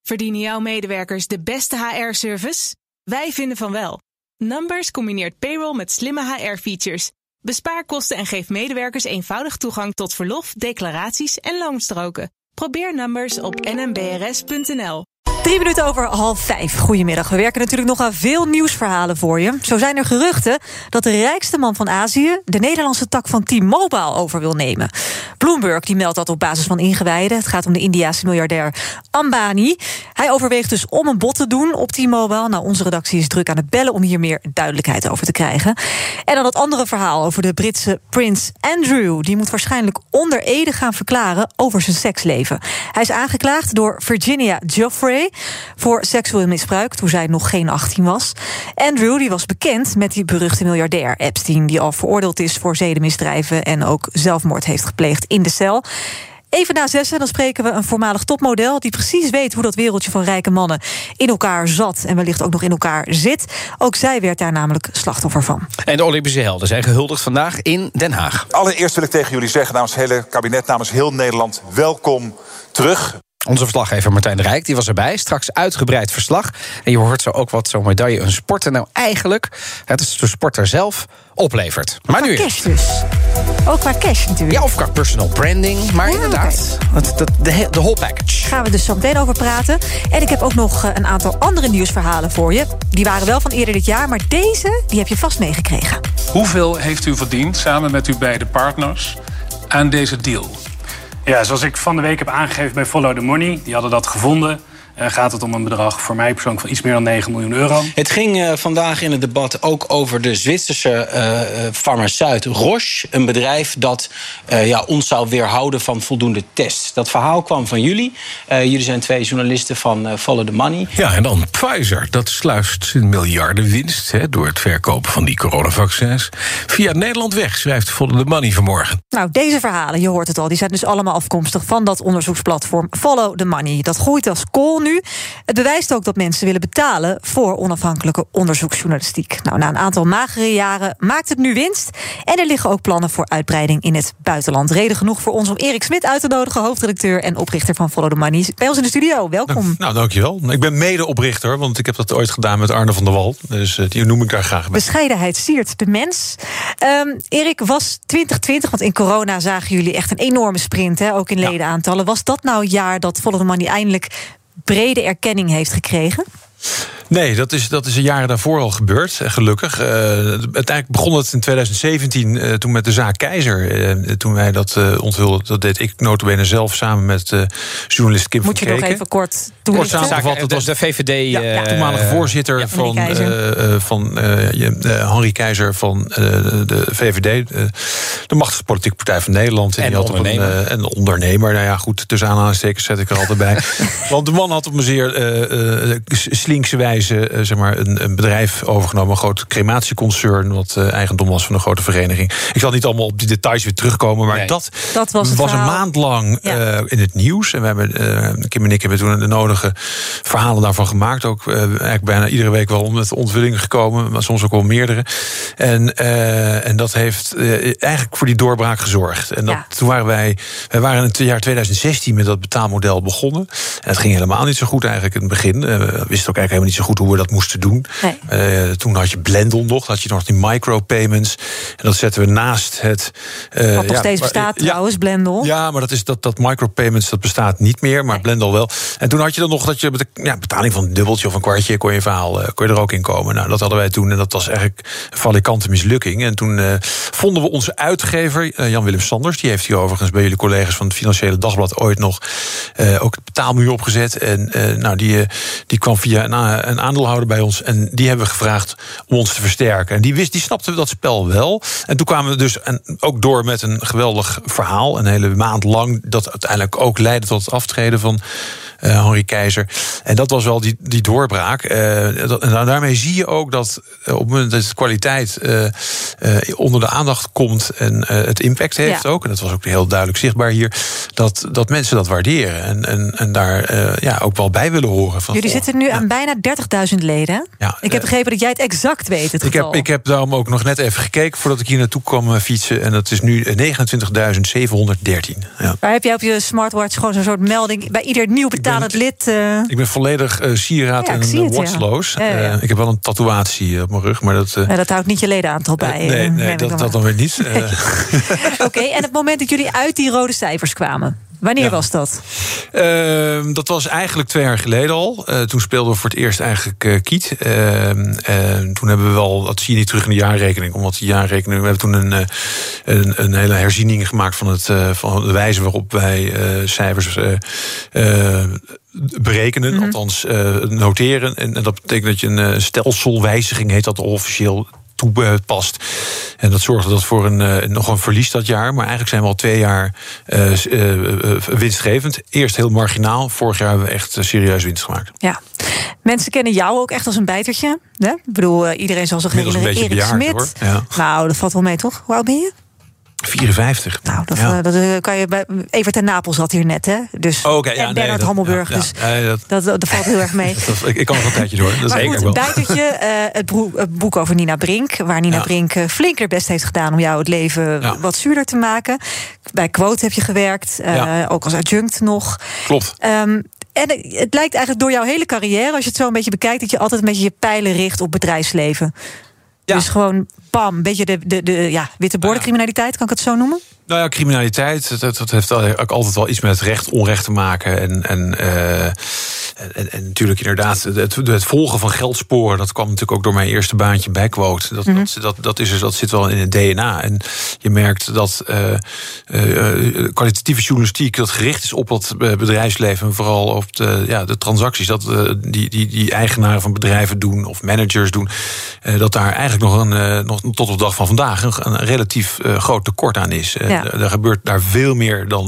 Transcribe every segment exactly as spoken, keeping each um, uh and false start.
Verdienen jouw medewerkers de beste H R-service? Wij vinden van wel. Numbers combineert payroll met slimme H R-features. Bespaar kosten en geef medewerkers eenvoudig toegang tot verlof, declaraties en loonstroken. Probeer Numbers op n m b r s punt n l. Drie minuten over half vijf. Goedemiddag. We werken natuurlijk nog aan veel nieuwsverhalen voor je. Zo zijn er geruchten dat de rijkste man van Azië de Nederlandse tak van T-Mobile over wil nemen. Bloomberg die meldt dat op basis van ingewijden. Het gaat om de Indiase miljardair Ambani. Hij overweegt dus om een bod te doen op T-Mobile. Nou, onze redactie is druk aan het bellen om hier meer duidelijkheid over te krijgen. En dan het andere verhaal over de Britse prins Andrew. Die moet waarschijnlijk onder ede gaan verklaren over zijn seksleven. Hij is aangeklaagd door Virginia Giuffre voor seksueel misbruik toen zij nog geen achttien was. Andrew die was bekend met die beruchte miljardair Epstein, die al veroordeeld is voor zedenmisdrijven en ook zelfmoord heeft gepleegd in de cel. Even na zessen, dan spreken we een voormalig topmodel die precies weet hoe dat wereldje van rijke mannen in elkaar zat en wellicht ook nog in elkaar zit. Ook zij werd daar namelijk slachtoffer van. En de Olympische helden zijn gehuldigd vandaag in Den Haag. Allereerst wil ik tegen jullie zeggen, namens het hele kabinet, namens heel Nederland, welkom terug. Onze verslaggever Martijn de Rijk die was erbij. Straks uitgebreid verslag. En je hoort zo ook wat zo'n medaille een sporter nou eigenlijk, het is de sporter zelf, oplevert. Maar qua nu cash dus. Ook qua cash natuurlijk. Ja, of qua personal branding. Maar ja, inderdaad, okay. het, de, de whole package. Gaan we dus zo meteen over praten. En ik heb ook nog een aantal andere nieuwsverhalen voor je. Die waren wel van eerder dit jaar, maar deze die heb je vast meegekregen. Hoeveel heeft u verdiend samen met uw beide partners aan deze deal? Ja, zoals ik van de week heb aangegeven bij Follow the Money, die hadden dat gevonden, uh, gaat het om een bedrag voor mij persoonlijk van iets meer dan negen miljoen euro. Het ging uh, vandaag in het debat ook over de Zwitserse uh, farmaceut Roche. Een bedrijf dat uh, ja, ons zou weerhouden van voldoende tests. Dat verhaal kwam van jullie. Uh, jullie zijn twee journalisten van uh, Follow the Money. Ja, en dan Pfizer. Dat sluist zijn miljardenwinst hè, door het verkopen van die coronavaccins via Nederland weg, schrijft Follow the Money vanmorgen. Nou, deze verhalen, je hoort het al, die zijn dus allemaal afkomstig van dat onderzoeksplatform Follow the Money. Dat groeit als kool nu. Het bewijst ook dat mensen willen betalen voor onafhankelijke onderzoeksjournalistiek. Nou, na een aantal magere jaren maakt het nu winst. En er liggen ook plannen voor uitbreiding in het buitenland. Reden genoeg voor ons om Erik Smit uit te nodigen, hoofdredacteur en oprichter van Follow the Money. Bij ons in de studio, welkom. Nou, nou dankjewel. Ik ben mede-oprichter, want ik heb dat ooit gedaan met Arne van der Wal. Dus uh, die noem ik daar graag bij. Bescheidenheid siert de mens. Um, Erik, was twintig twintig, want in corona zagen jullie echt een enorme sprint, hè, ook in ledenaantallen. Was dat nou het jaar dat Follow the Money eindelijk brede erkenning heeft gekregen? Nee, dat is, dat is een jaren daarvoor al gebeurd, gelukkig. Uh, uiteindelijk begon het in twintig zeventien, uh, toen met de zaak Keizer. Uh, toen wij dat uh, onthulden, dat deed ik nota bene zelf samen met uh, journalist Kim Moet van je Keken. nog even kort toelichten? Kort samengevat, dat was de V V D. Ja, Uh, toenmalige voorzitter ja, van, uh, uh, van uh, uh, Henri Keizer van uh, de V V D. Uh, de machtigste politieke partij van Nederland. En, en die had ondernemer. Een, uh, en de ondernemer. Nou ja, goed, tussen aanhalingstekens zet ik er altijd bij. Want de man had op een zeer uh, uh, slinkse wijze uh, zeg maar, Een, een bedrijf overgenomen, een groot crematieconcern, wat uh, eigendom was van een grote vereniging. Ik zal niet allemaal op die details weer terugkomen, maar nee. dat, dat was, was een maand lang ja. uh, in het nieuws. En we hebben, uh, Kim en ik hebben toen de nodige verhalen daarvan gemaakt. Ook uh, eigenlijk bijna iedere week wel met onthullingen gekomen, maar soms ook wel meerdere. En, uh, en dat heeft uh, eigenlijk voor die doorbraak gezorgd. En dat, ja. toen waren wij, wij waren in het jaar twintig zestien met dat betaalmodel begonnen. En het ging helemaal niet zo goed eigenlijk in het begin. Uh, we wisten ook eigenlijk helemaal niet zo goed hoe we dat moesten doen. Nee. Uh, toen had je Blendel nog, had je nog die micropayments. En dat zetten we naast het... Uh, Wat nog ja, steeds bestaat ja, trouwens, Blendel. Ja, maar dat, is, dat, dat micropayments, dat bestaat niet meer, maar nee. Blendel wel. En toen had je dan nog dat je met de ja, betaling van een dubbeltje of een kwartje, kon je verhaal, uh, kon je er ook in komen. Nou, dat hadden wij toen en dat was eigenlijk een valikante mislukking. En toen uh, vonden we onze uitgever, uh, Jan-Willem Sanders, die heeft hier overigens bij jullie collega's van het Financiële Dagblad ooit nog uh, ook het betaalmuur opgezet. En uh, nou, die, uh, die kwam via een, een aandeelhouder bij ons. En die hebben we gevraagd om ons te versterken. En die wist, die snapte dat spel wel. En toen kwamen we dus en ook door met een geweldig verhaal. Een hele maand lang. Dat uiteindelijk ook leidde tot het aftreden van uh, Henri Keizer. En dat was wel die, die doorbraak. Uh, dat, en daarmee zie je ook dat uh, op het moment dat de kwaliteit uh, uh, onder de aandacht komt en uh, het impact heeft ja. ook. En dat was ook heel duidelijk zichtbaar hier. Dat, dat mensen dat waarderen. En, en, en daar uh, ja, ook wel bij willen horen. Van, Jullie oh, zitten nu ja. aan bijna dertigduizend leden. Ja, ik heb begrepen dat jij het exact weet, het ik getal. heb, ik heb daarom ook nog net even gekeken voordat ik hier naartoe kwam fietsen. En dat is nu negenentwintigduizend zevenhonderddertien. Ja. Waar heb jij op je smartwatch gewoon zo'n soort melding bij ieder nieuw betaalmiddel? betalend lid. Uh... Ik ben volledig uh, sieraad ja, en uh, watchloos. Ja. Ja, ja. Uh, ik heb wel een tatoeatie op mijn rug, maar dat... Uh... Ja, dat houdt niet je ledenaantal bij. Uh, nee, nee dat, dan dat dan weer niet. Uh... Oké, okay, en het moment dat jullie uit die rode cijfers kwamen... Wanneer ja. was dat? Uh, dat was eigenlijk twee jaar geleden al. Uh, toen speelden we voor het eerst eigenlijk uh, Kiet. Uh, uh, toen hebben we wel, dat zie je niet terug in de jaarrekening, omdat die jaarrekening, we hebben toen een, uh, een, een hele herziening gemaakt van, het, uh, van de wijze waarop wij uh, cijfers uh, uh, berekenen, mm-hmm. althans uh, noteren. En, en dat betekent dat je een uh, stelselwijziging heet dat officieel toepast. En dat zorgde dat voor een, uh, nog een verlies dat jaar. Maar eigenlijk zijn we al twee jaar uh, uh, uh, winstgevend. Eerst heel marginaal. Vorig jaar hebben we echt uh, serieus winst gemaakt. Ja. Mensen kennen jou ook echt als een bijtertje. Hè? Ik bedoel, uh, iedereen zal zich herinneren. Erik bejaard, Smit. Ja. Nou, dat valt wel mee, toch? Hoe oud ben je? vierenvijftig. Nou, dat, ja. uh, dat uh, kan je bij Evert ten Napel zat hier net, hè? Dus oh, okay, ja, en Bernard nee, Hammelburg. Ja, dus ja, ja, dat, dat, dat, dat valt heel erg mee. dat, ik, ik kan nog een tijdje door. Dat maar zeker goed, wel. Bijtertje, uh, het, broek, het boek over Nina Brink, waar Nina ja. Brink uh, flink haar best heeft gedaan om jou het leven ja. wat zuurder te maken. Bij Quote heb je gewerkt, uh, ja. ook als adjunct nog. Klopt. Um, En het lijkt eigenlijk door jouw hele carrière, als je het zo een beetje bekijkt, dat je altijd een beetje je pijlen richt op bedrijfsleven. Ja. Dus gewoon, bam, een beetje de, de, de ja, witte bordencriminaliteit, kan ik het zo noemen? Nou ja, criminaliteit, dat, dat heeft ook altijd wel iets met recht, onrecht te maken. En, en, uh, en, en natuurlijk inderdaad, het, het volgen van geldsporen, dat kwam natuurlijk ook door mijn eerste baantje bij Quote. Dat, mm-hmm. dat, dat, dat, is, dat zit wel in het D N A. En je merkt dat uh, uh, kwalitatieve journalistiek, dat gericht is op het bedrijfsleven, en vooral op de, ja, de transacties, dat uh, die, die, die eigenaren van bedrijven doen, of managers doen, uh, dat daar eigenlijk nog, een, uh, nog tot op de dag van vandaag een, een relatief uh, groot tekort aan is. Uh, Ja. Er gebeurt daar veel meer dan,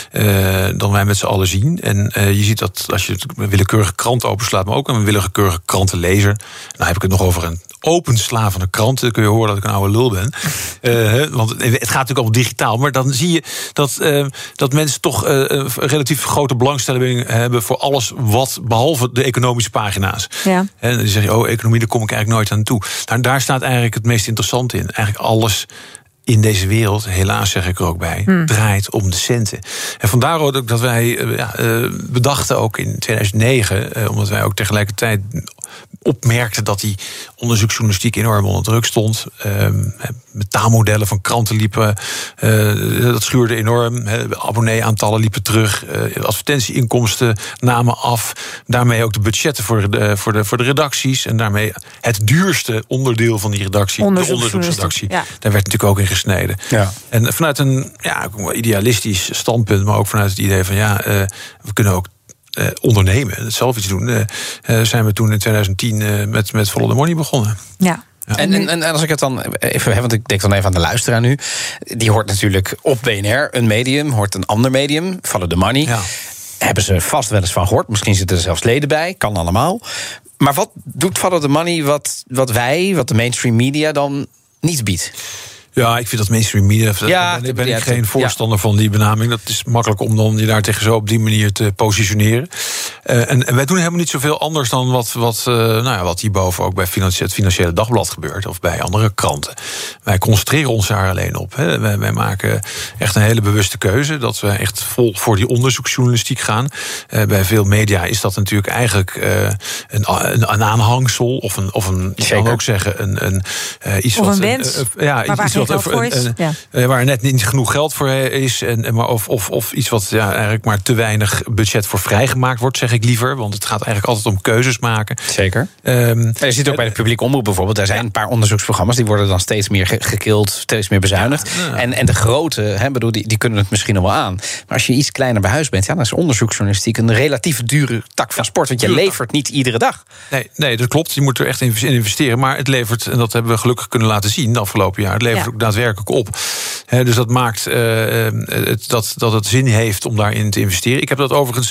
uh, dan wij met z'n allen zien. En uh, je ziet dat als je een willekeurige krant openslaat, maar ook een willekeurige krantenlezer. Dan heb ik het nog over een openslaan van een krant. Dan kun je horen dat ik een oude lul ben. Uh, want het gaat natuurlijk allemaal digitaal. Maar dan zie je dat, uh, dat mensen toch uh, een relatief grote belangstelling hebben voor alles wat, behalve de economische pagina's. Ja. En dan zeg je, oh, economie, daar kom ik eigenlijk nooit aan toe. Nou, daar staat eigenlijk het meest interessante in. Eigenlijk alles in deze wereld, helaas zeg ik er ook bij, hmm. draait om de centen. En vandaar ook dat wij uh, ja, uh, bedachten ook in tweeduizend negen... Uh, omdat wij ook tegelijkertijd opmerkten dat die onderzoeksjournalistiek enorm onder druk stond. Uh, betaalmodellen van kranten liepen, uh, dat schuurde enorm. Uh, abonnee-aantallen liepen terug. Uh, advertentieinkomsten namen af. Daarmee ook de budgetten voor de, voor, de, voor de redacties. En daarmee het duurste onderdeel van die redactie, de onderzoeksredactie. Ja. Daar werd natuurlijk ook in gesneden. Ja. En vanuit een ja, idealistisch standpunt, maar ook vanuit het idee van ja, uh, we kunnen ook Uh, ondernemen, zelf iets doen, uh, uh, zijn we toen in tweeduizend tien uh, met, met Follow the Money begonnen. Ja. Ja. En, en, en als ik het dan even heb, want ik denk dan even aan de luisteraar nu. Die hoort natuurlijk op B N R een medium, hoort een ander medium, Follow the Money. Ja. Hebben ze vast wel eens van gehoord. Misschien zitten er zelfs leden bij, kan allemaal. Maar wat doet Follow the Money wat, wat wij, wat de mainstream media dan niet biedt? Ja, ik vind dat mainstream media, ja, daar ben, ben ik geen voorstander ja. van die benaming. Dat is makkelijk om dan je daar tegen zo op die manier te positioneren. Uh, en, en wij doen helemaal niet zoveel anders dan wat, wat, uh, nou ja, wat hierboven ook bij het Financiële Dagblad gebeurt, of bij andere kranten. Wij concentreren ons daar alleen op. Hè. Wij, wij maken echt een hele bewuste keuze, dat we echt vol voor die onderzoeksjournalistiek gaan. Uh, bij veel media is dat natuurlijk eigenlijk uh, een, een, een aanhangsel, of een, of een je kan ook zeggen, een, een, uh, iets of wat... een wens, uh, uh, ja, iets wat voor is. Een, een, ja. Waar net niet genoeg geld voor is. En, maar of, of, of iets wat ja, eigenlijk maar te weinig budget voor vrijgemaakt wordt, zeg ik liever. Want het gaat eigenlijk altijd om keuzes maken. Zeker. Um, je ziet ook bij de publieke omroep bijvoorbeeld. Er zijn ja. een paar onderzoeksprogramma's die worden dan steeds meer ge- gekild, steeds meer bezuinigd. Ja, ja. En, en de grote, hè, bedoel, die, die kunnen het misschien nog wel aan. Maar als je iets kleiner bij huis bent, ja, dan is onderzoeksjournalistiek een relatief dure tak van sport. Want je levert niet iedere dag. Nee, nee, dat klopt. Je moet er echt in investeren. Maar het levert, en dat hebben we gelukkig kunnen laten zien de afgelopen jaar, het levert ja. ook daadwerkelijk op. He, dus dat maakt uh, het, dat, dat het zin heeft om daarin te investeren. Ik heb dat overigens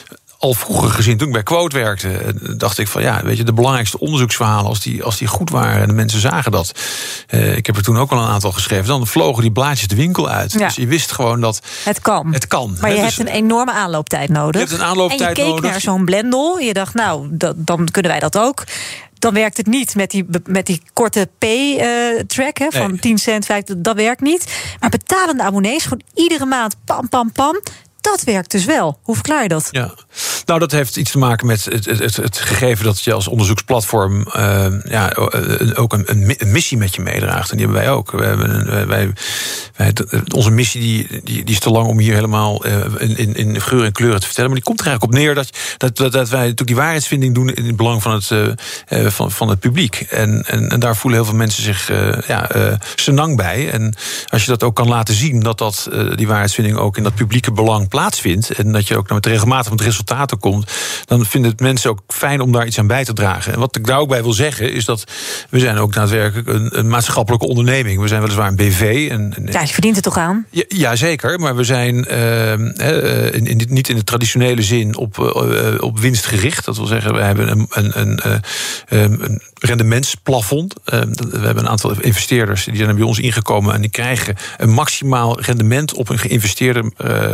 al vroeger gezien, toen ik bij Quote werkte, dacht ik van ja, weet je, de belangrijkste onderzoeksverhalen, als die, als die goed waren en de mensen zagen dat. Uh, ik heb er toen ook al een aantal geschreven. Dan vlogen die blaadjes de winkel uit. Ja. Dus je wist gewoon dat het kan. Het kan. Maar je he, hebt dus, een enorme aanlooptijd nodig. Je hebt een aanlooptijd nodig. En je keek nodig. naar zo'n Blendel. Je dacht, nou, dat, dan kunnen wij dat ook. Dan werkt het niet met die, met die korte pay-track uh, van nee. tien cent, vijf, dat werkt niet. Maar betalende abonnees, gewoon iedere maand, pam, pam, pam. Dat werkt dus wel. Hoe verklaar je dat? Ja. Nou, dat heeft iets te maken met het, het, het gegeven dat je als onderzoeksplatform uh, ja, ook een, een missie met je meedraagt. En die hebben wij ook. We hebben een, wij, wij, onze missie die, die, die is te lang om hier helemaal uh, in, in geur en kleuren te vertellen. Maar die komt er eigenlijk op neer dat, dat, dat, dat wij natuurlijk die waarheidsvinding doen in het belang van het, uh, van, van het publiek. En, en, en daar voelen heel veel mensen zich uh, ja, uh, senang bij. En als je dat ook kan laten zien, dat, dat uh, die waarheidsvinding ook in dat publieke belang plaatsvindt. En dat je ook met regelmatig met resultaten komt, dan vinden het mensen ook fijn om daar iets aan bij te dragen. En wat ik daar ook bij wil zeggen, is dat we zijn ook daadwerkelijk een, een maatschappelijke onderneming. We zijn weliswaar een B V. En, en, ja, je verdient het toch aan? Ja, ja zeker. Maar we zijn uh, in, in, niet in de traditionele zin op, uh, op winst gericht. Dat wil zeggen, we hebben een, een, een, een, een rendementsplafond. Uh, we hebben een aantal investeerders die zijn bij ons ingekomen en die krijgen een maximaal rendement op een geïnvesteerde uh,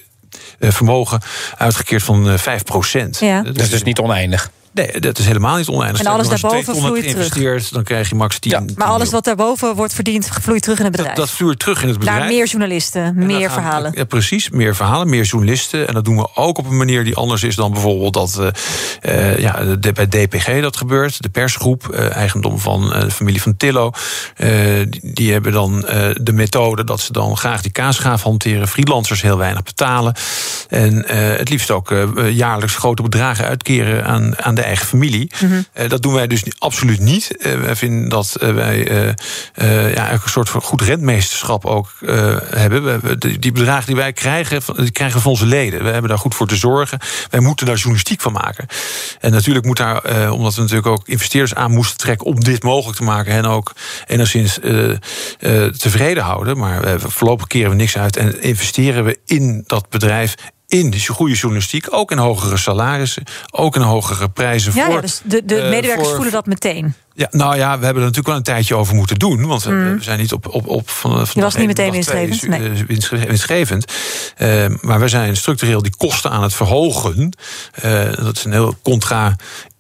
vermogen uitgekeerd van vijf procent. Ja. Dat is dus niet oneindig. Nee, dat is helemaal niet oneindig. En alles daarboven vloeit terug. Dan krijg je max tien. Ja, maar alles wat daarboven wordt verdiend, vloeit terug in het bedrijf. Dat, dat vloeit terug in het bedrijf. Naar meer journalisten, meer verhalen. Ja, precies, meer verhalen, meer journalisten. En dat doen we ook op een manier die anders is dan bijvoorbeeld dat uh, ja, de, bij D P G dat gebeurt. De persgroep, uh, eigendom van uh, de familie van Tillo. Uh, die, die hebben dan uh, de methode dat ze dan graag die kaasschaaf hanteren. Freelancers heel weinig betalen. En uh, het liefst ook uh, jaarlijks grote bedragen uitkeren aan, aan de eigen familie. Mm-hmm. Uh, dat doen wij dus absoluut niet. Uh, wij vinden dat uh, wij uh, uh, ja, eigenlijk een soort van goed rentmeesterschap ook uh, hebben. We, we, die, die bedragen die wij krijgen, die krijgen we van onze leden. We hebben daar goed voor te zorgen. Wij moeten daar journalistiek van maken. En natuurlijk moet daar, uh, omdat we natuurlijk ook investeerders aan moesten trekken om dit mogelijk te maken, hen ook enigszins uh, uh, tevreden houden. Maar uh, voorlopig keren we niks uit en investeren we in dat bedrijf, in de goede journalistiek, ook in hogere salarissen, ook in hogere prijzen. Ja, voor, ja dus de, de medewerkers uh, voor, voelen dat meteen. Ja, nou ja, we hebben er natuurlijk wel een tijdje over moeten doen. Want mm. we zijn niet op, op, op van, van Je was niet meteen winstgevend. Nee. winstgevend. Uh, maar we zijn structureel die kosten aan het verhogen. Uh, dat is een heel contra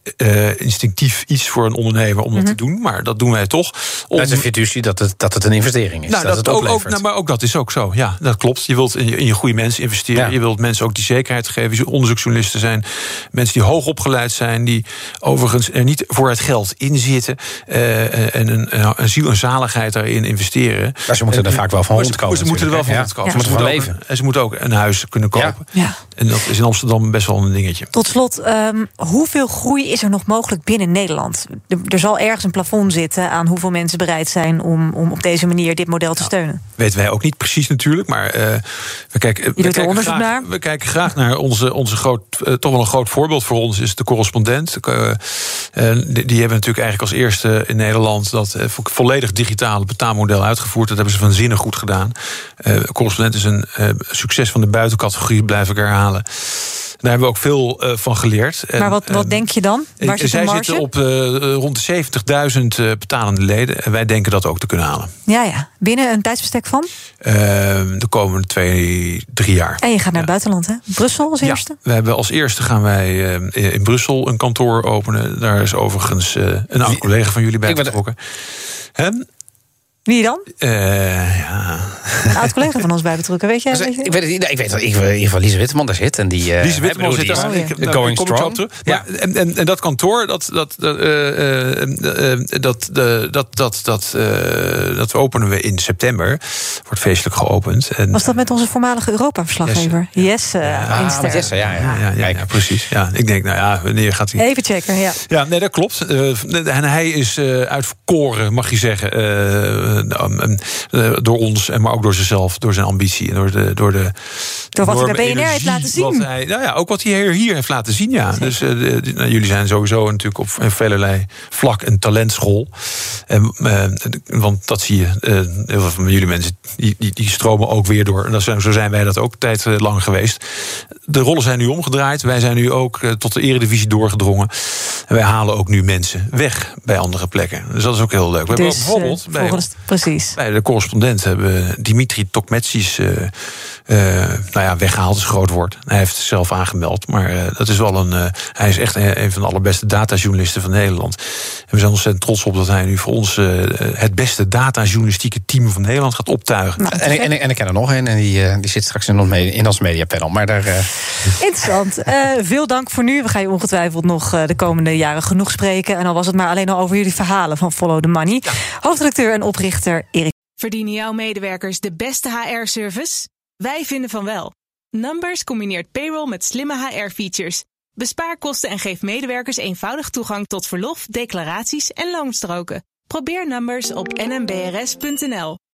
Uh, instinctief iets voor een ondernemer om dat mm-hmm. te doen. Maar dat doen wij toch. Om... Dat is een fiducie dat het, dat het een investering is. Nou, dat, dat het ook, ook, nou, maar ook dat is ook zo. Ja, dat klopt. Je wilt in je, in je goede mensen investeren. Ja. Je wilt mensen ook die zekerheid geven. Je onderzoeksjournalisten zijn mensen die hoog opgeleid zijn. Die overigens er niet voor het geld in zitten. Uh, en een, een ziel en zaligheid daarin investeren. Maar ze moeten er en, vaak wel van rondkomen. Ze moeten er wel van ja. rondkomen. Ja. Ze moeten van leven. En ze moeten ook een huis kunnen kopen. Ja. Ja. En dat is in Amsterdam best wel een dingetje. Tot slot, um, hoeveel groei is er nog mogelijk binnen Nederland? Er, er zal ergens een plafond zitten aan hoeveel mensen bereid zijn om, om op deze manier dit model te steunen. Nou, weten wij ook niet precies natuurlijk, maar uh, we kijken, Je we doet er onderzoek graag, naar. We kijken graag naar onze, onze groot, uh, toch wel een groot voorbeeld voor ons is de Correspondent. Uh, uh, die, die hebben natuurlijk eigenlijk als eerste in Nederland dat uh, volledig digitale betaalmodel uitgevoerd. Dat hebben ze vanzinnig goed gedaan. Uh, Correspondent is een uh, succes van de buitencategorie, blijf ik herhalen. Daar hebben we ook veel uh, van geleerd. Maar wat, wat denk je dan? Waar zit zij de marge? zitten op uh, rond de zeventigduizend uh, betalende leden. En wij denken dat ook te kunnen halen. Ja, ja. Binnen een tijdsbestek van? Uh, de komende twee, drie jaar. En je gaat naar ja. het buitenland, hè? Brussel als eerste? Ja, we hebben als eerste gaan wij uh, in Brussel een kantoor openen. Daar is overigens uh, een oud collega van jullie bij betrokken. Wie dan? Uh, ja. Een oud collega van ons bij betrokken, weet jij? Dus, weet je? Ik weet het niet. Nee, ik weet dat ik in ieder geval Lise Witteman daar zit en die. Uh, Lise Witteman zit daar. Oh, ja. Nou, going strong. Maar, ja. en, en, en dat kantoor, dat dat uh, uh, uh, dat uh, dat dat dat uh, dat openen we in september. Wordt feestelijk geopend. En, was dat met onze voormalige Europa-verslaggever? Jesse. Ja, ja, met Jesse, ja, ja. Ja, ja, ja, precies. Ja, ik denk, nou ja, wanneer gaat hij? Even checken, ja. Ja, nee, dat klopt. Uh, en hij is uh, uitverkoren, mag je zeggen. Uh, Uh, door ons, maar ook door zichzelf, door zijn ambitie en door de door de door wat hij bij B N R heeft laten zien. Hij, nou ja, ook wat hij hier heeft laten zien, ja. Zeker. Dus uh, de, de, nou, jullie zijn sowieso natuurlijk op velerlei vlak een talentschool. En, uh, want dat zie je, uh, heel veel van jullie mensen, die, die, die stromen ook weer door. En dat zijn, zo zijn wij dat ook tijd uh, lang geweest. De rollen zijn nu omgedraaid. Wij zijn nu ook uh, tot de eredivisie doorgedrongen. En wij halen ook nu mensen weg bij andere plekken. Dus dat is ook heel leuk. We Dus, hebben ook bijvoorbeeld uh, bij, volgens, precies. bij de correspondent hebben we Dimitri Tokmetsis uh, uh, nou ja, weggehaald, is een groot woord. Hij heeft het zelf aangemeld, maar uh, dat is wel een. Uh, hij is echt een, een van de allerbeste datajournalisten van Nederland. En we zijn ontzettend trots op dat hij nu voor ons uh, het beste datajournalistieke team van Nederland gaat optuigen. Nou, en, en, en ik ken er nog een en die, uh, die zit straks in ons, in ons mediapanel. Maar daar. Uh... Interessant. Uh, veel dank voor nu. We gaan je ongetwijfeld nog uh, de komende jaren genoeg spreken. En al was het maar alleen al over jullie verhalen van Follow the Money. Ja. Hoofdredacteur en oprichter Erik. Verdienen jouw medewerkers de beste H R-service? Wij vinden van wel. Numbers combineert payroll met slimme H R-features. Bespaar kosten en geef medewerkers eenvoudig toegang tot verlof, declaraties en loonstroken. Probeer Numbers op n m b r s punt n l.